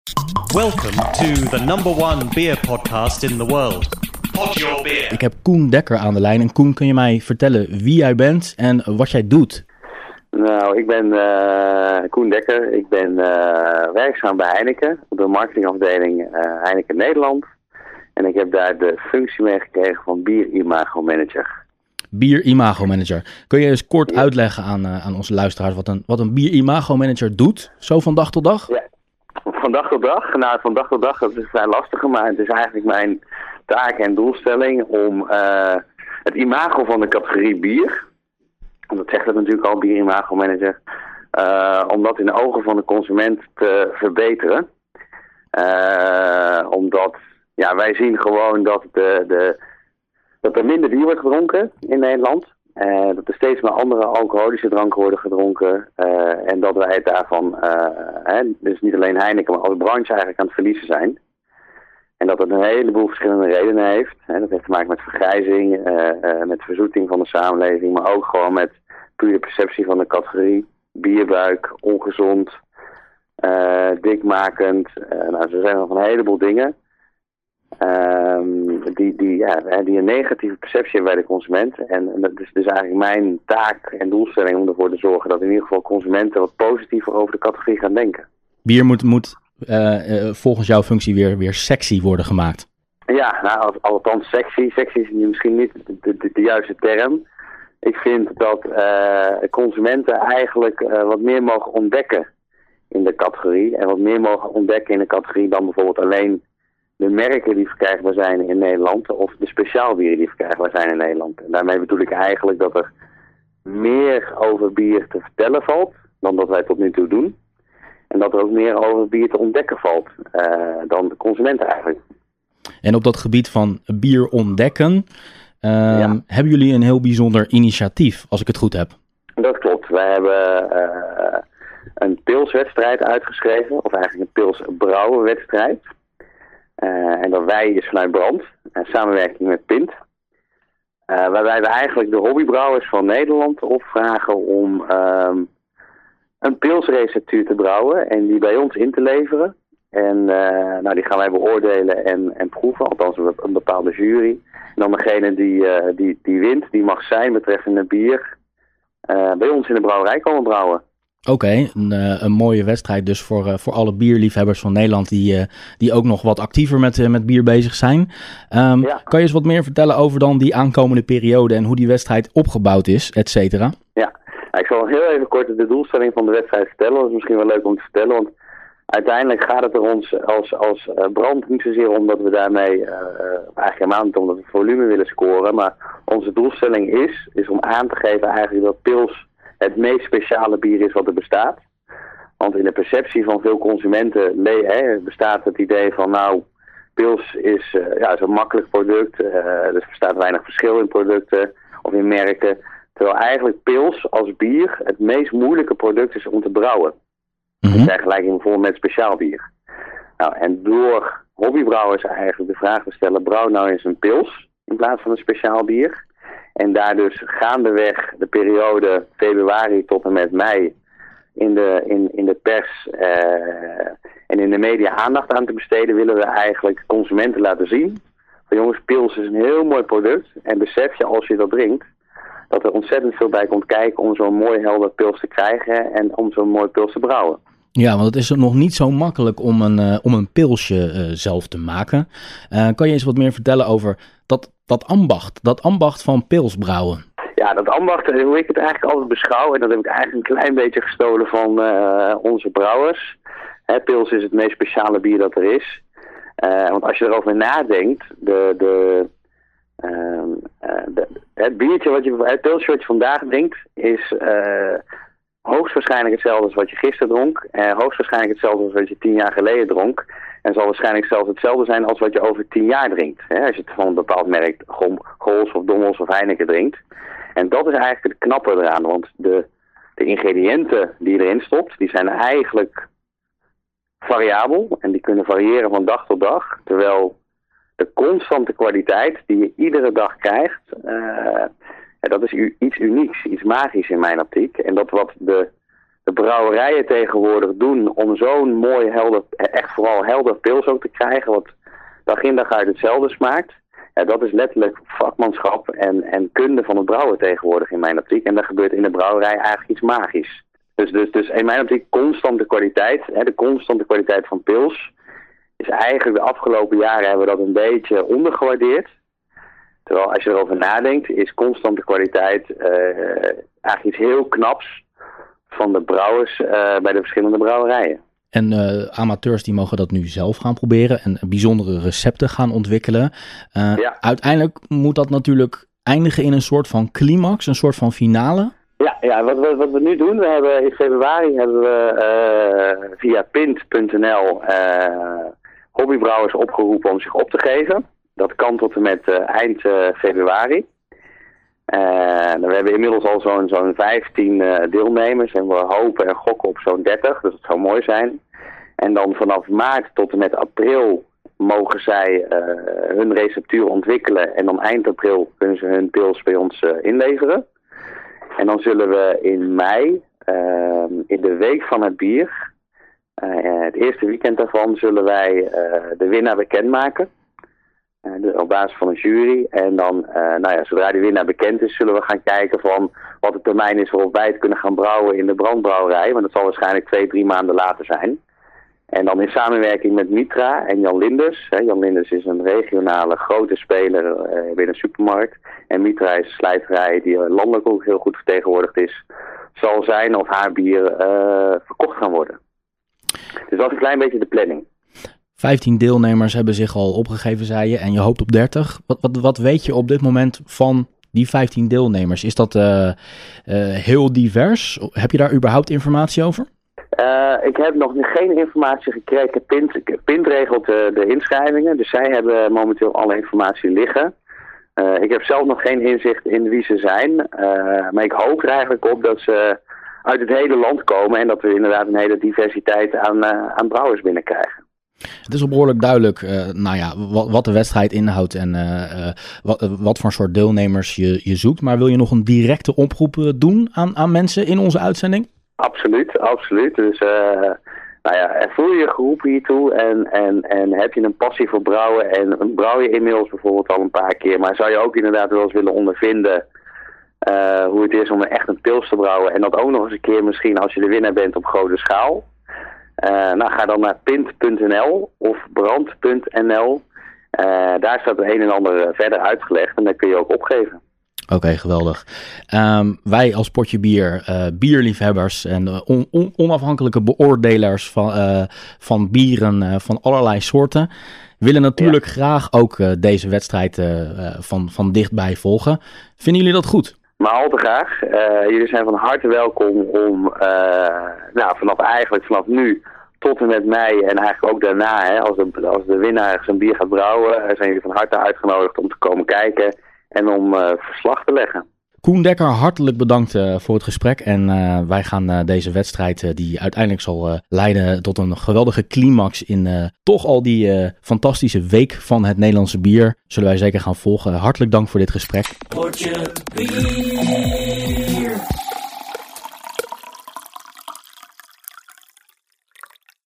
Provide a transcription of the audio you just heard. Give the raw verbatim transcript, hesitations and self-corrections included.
Welcome to the number one beer podcast in the world. Pod Your Beer. Ik heb Koen Dekker aan de lijn. En Koen, kun je mij vertellen wie jij bent en wat jij doet? Nou, ik ben uh, Koen Dekker. Ik ben uh, werkzaam bij Heineken op de marketingafdeling uh, Heineken Nederland. En ik heb daar de functie mee gekregen van Bier Imago Manager. Bier Imago Manager. Kun je eens kort ja. uitleggen aan, uh, aan onze luisteraars wat een, wat een Bier Imago Manager doet? Zo van dag tot dag? Ja, van dag tot dag. Nou, van dag tot dag, dat is vrij lastig, maar het is eigenlijk mijn taak en doelstelling om uh, het imago van de categorie bier, dat zegt het natuurlijk al, Bier Imago Manager, uh, om dat in de ogen van de consument te verbeteren. Uh, omdat ja, wij zien gewoon dat, de, de, dat er minder bier wordt gedronken in Nederland. Uh, dat er steeds meer andere alcoholische dranken worden gedronken. Uh, en dat wij het daarvan, uh, hè, dus niet alleen Heineken, maar als branche eigenlijk aan het verliezen zijn. En dat het een heleboel verschillende redenen heeft. Hè. Dat heeft te maken met vergrijzing, uh, uh, met verzoeting van de samenleving, maar ook gewoon met puur de perceptie van de categorie. Bierbuik, ongezond, uh, dikmakend. Uh, nou, er zijn nog een heleboel dingen. Um, die, die, ja, die een negatieve perceptie hebben bij de consument. En, en dat is dus eigenlijk mijn taak en doelstelling om ervoor te zorgen dat in ieder geval consumenten wat positiever over de categorie gaan denken. Bier moet, moet uh, uh, volgens jouw functie weer, weer sexy worden gemaakt. Ja, nou, althans sexy. Sexy is misschien niet de, de, de juiste term. Ik vind dat uh, consumenten eigenlijk uh, wat meer mogen ontdekken in de categorie. En wat meer mogen ontdekken in de categorie dan bijvoorbeeld alleen de merken die verkrijgbaar zijn in Nederland of de speciaalbieren die verkrijgbaar zijn in Nederland. En daarmee bedoel ik eigenlijk dat er meer over bier te vertellen valt dan dat wij tot nu toe doen. En dat er ook meer over bier te ontdekken valt uh, dan de consumenten eigenlijk. En op dat gebied van bier ontdekken, uh, ja. hebben jullie een heel bijzonder initiatief, als ik het goed heb. Dat klopt. Wij hebben uh, een pilswedstrijd uitgeschreven, of eigenlijk een pilsbrouwenwedstrijd. Uh, en dat wij is vanuit Brand, in samenwerking met Pint. Uh, waarbij we eigenlijk de hobbybrouwers van Nederland opvragen om um, een pilsreceptuur te brouwen en die bij ons in te leveren. En uh, nou, die gaan wij beoordelen en, en proeven, althans een bepaalde jury. En dan degene die, uh, die, die wint, die mag zijn betreffende bier uh, bij ons in de brouwerij komen brouwen. Oké, okay, een, uh, een mooie wedstrijd dus voor, uh, voor alle bierliefhebbers van Nederland die, uh, die ook nog wat actiever met, uh, met bier bezig zijn. Um, ja. Kan je eens wat meer vertellen over dan die aankomende periode en hoe die wedstrijd opgebouwd is, et cetera? Ja, ik zal heel even kort de doelstelling van de wedstrijd vertellen. Dat is misschien wel leuk om te vertellen, want uiteindelijk gaat het er ons als, als uh, Brand niet zozeer om dat we daarmee, uh, eigenlijk helemaal niet omdat we volume willen scoren, maar onze doelstelling is, is om aan te geven eigenlijk dat pils het meest speciale bier is wat er bestaat. Want in de perceptie van veel consumenten le- hè, bestaat het idee van nou, pils is, uh, ja, is een makkelijk product. Uh, er bestaat weinig verschil in producten of in merken. Terwijl eigenlijk pils als bier het meest moeilijke product is om te brouwen. Mm-hmm. In vergelijking bijvoorbeeld met speciaal bier. Nou, en door hobbybrouwers eigenlijk de vraag te stellen, brouw nou eens een pils in plaats van een speciaal bier. En daar dus gaandeweg de periode februari tot en met mei in de, in, in de pers uh, en in de media aandacht aan te besteden, willen we eigenlijk consumenten laten zien van jongens, pils is een heel mooi product. En besef je als je dat drinkt, dat er ontzettend veel bij komt kijken om zo'n mooi helder pils te krijgen en om zo'n mooi pils te brouwen. Ja, want het is nog niet zo makkelijk om een, uh, om een pilsje uh, zelf te maken. Uh, kan je eens wat meer vertellen over dat, dat ambacht, dat ambacht van pils brouwen? Ja, dat ambacht, hoe ik het eigenlijk altijd beschouw, en dat heb ik eigenlijk een klein beetje gestolen van uh, onze brouwers. Hè, pils is het meest speciale bier dat er is. Uh, want als je erover nadenkt, de, de, uh, uh, de, het biertje wat je, het pilsje wat je vandaag drinkt, is Uh, hoogstwaarschijnlijk hetzelfde als wat je gisteren dronk. En hoogstwaarschijnlijk hetzelfde als wat je tien jaar geleden dronk. En zal waarschijnlijk zelfs hetzelfde zijn als wat je over tien jaar drinkt. Hè? Als je het van een bepaald merk Gols of Dommels of Heineken drinkt. En dat is eigenlijk het knappe eraan. Want de, de ingrediënten die je erin stopt, die zijn eigenlijk variabel. En die kunnen variëren van dag tot dag. Terwijl de constante kwaliteit die je iedere dag krijgt, Uh, Ja, dat is u, iets unieks, iets magisch in mijn optiek. En dat wat de, de brouwerijen tegenwoordig doen om zo'n mooi helder, echt vooral helder pils ook te krijgen, wat dag in dag uit hetzelfde smaakt. Ja, dat is letterlijk vakmanschap en, en kunde van het brouwen tegenwoordig in mijn optiek. En dat gebeurt in de brouwerij eigenlijk iets magisch. Dus, dus, dus in mijn optiek constante kwaliteit, hè, de constante kwaliteit van pils, is eigenlijk de afgelopen jaren hebben we dat een beetje ondergewaardeerd. Terwijl als je erover nadenkt, is constante kwaliteit uh, eigenlijk iets heel knaps van de brouwers uh, bij de verschillende brouwerijen. En uh, amateurs die mogen dat nu zelf gaan proberen en bijzondere recepten gaan ontwikkelen. Uh, ja. Uiteindelijk moet dat natuurlijk eindigen in een soort van climax, een soort van finale. Ja, ja wat, we, wat we nu doen, we hebben in februari hebben we uh, via pint punt n l uh, hobbybrouwers opgeroepen om zich op te geven. Dat kan tot en met uh, eind uh, februari. Uh, we hebben inmiddels al zo'n zo'n vijftien uh, deelnemers en we hopen en gokken op zo'n dertig, dus dat zou mooi zijn. En dan vanaf maart tot en met april mogen zij uh, hun receptuur ontwikkelen en dan eind april kunnen ze hun pils bij ons uh, inleveren. En dan zullen we in mei, uh, in de week van het bier, uh, het eerste weekend daarvan, zullen wij uh, de winnaar bekendmaken. Uh, de, op basis van een jury. En dan, uh, nou ja, zodra die winnaar bekend is, zullen we gaan kijken van wat de termijn is waarop wij het kunnen gaan brouwen in de brandbrouwerij. Want dat zal waarschijnlijk twee, drie maanden later zijn. En dan in samenwerking met Mitra en Jan Linders. Hè, Jan Linders is een regionale grote speler uh, binnen een supermarkt. En Mitra is een slijterij die landelijk ook heel goed vertegenwoordigd is. Zal zijn of haar bier uh, verkocht gaan worden. Dus dat is een klein beetje de planning. vijftien deelnemers hebben zich al opgegeven, zei je, en je hoopt op dertig. Wat, wat, wat weet je op dit moment van die vijftien deelnemers? Is dat uh, uh, heel divers? Heb je daar überhaupt informatie over? Uh, ik heb nog geen informatie gekregen. Pint, Pint regelt de, de inschrijvingen, dus zij hebben momenteel alle informatie liggen. Uh, ik heb zelf nog geen inzicht in wie ze zijn, uh, maar ik hoop er eigenlijk op dat ze uit het hele land komen en dat we inderdaad een hele diversiteit aan, uh, aan brouwers binnenkrijgen. Het is al behoorlijk duidelijk uh, nou ja, wat, wat de wedstrijd inhoudt en uh, uh, wat, uh, wat voor soort deelnemers je, je zoekt. Maar wil je nog een directe oproep uh, doen aan, aan mensen in onze uitzending? Absoluut, absoluut. Dus uh, nou ja, voel je je geroepen hiertoe en, en, en heb je een passie voor brouwen en brouw je inmiddels bijvoorbeeld al een paar keer. Maar zou je ook inderdaad wel eens willen ondervinden uh, hoe het is om echt een pils te brouwen. En dat ook nog eens een keer misschien als je de winnaar bent op grote schaal. Uh, nou, ga dan naar pint punt n l of brand punt n l. Uh, daar staat het een en ander verder uitgelegd en daar kun je ook opgeven. Oké, okay, geweldig. Um, wij als Potje Bier, uh, bierliefhebbers en uh, on- on- onafhankelijke beoordelers van, uh, van bieren uh, van allerlei soorten, willen natuurlijk ja. graag ook uh, deze wedstrijd uh, uh, van, van dichtbij volgen. Vinden jullie dat goed? Maar al te graag. Uh, jullie zijn van harte welkom om uh, nou, vanaf eigenlijk vanaf nu tot en met mei en eigenlijk ook daarna, hè, als, de, als de winnaar zijn bier gaat brouwen, zijn jullie van harte uitgenodigd om te komen kijken en om uh, verslag te leggen. Koen Dekker, hartelijk bedankt uh, voor het gesprek. En uh, wij gaan uh, deze wedstrijd, uh, die uiteindelijk zal uh, leiden tot een geweldige climax in uh, toch al die uh, fantastische week van het Nederlandse bier, zullen wij zeker gaan volgen. Hartelijk dank voor dit gesprek. Potje Bier.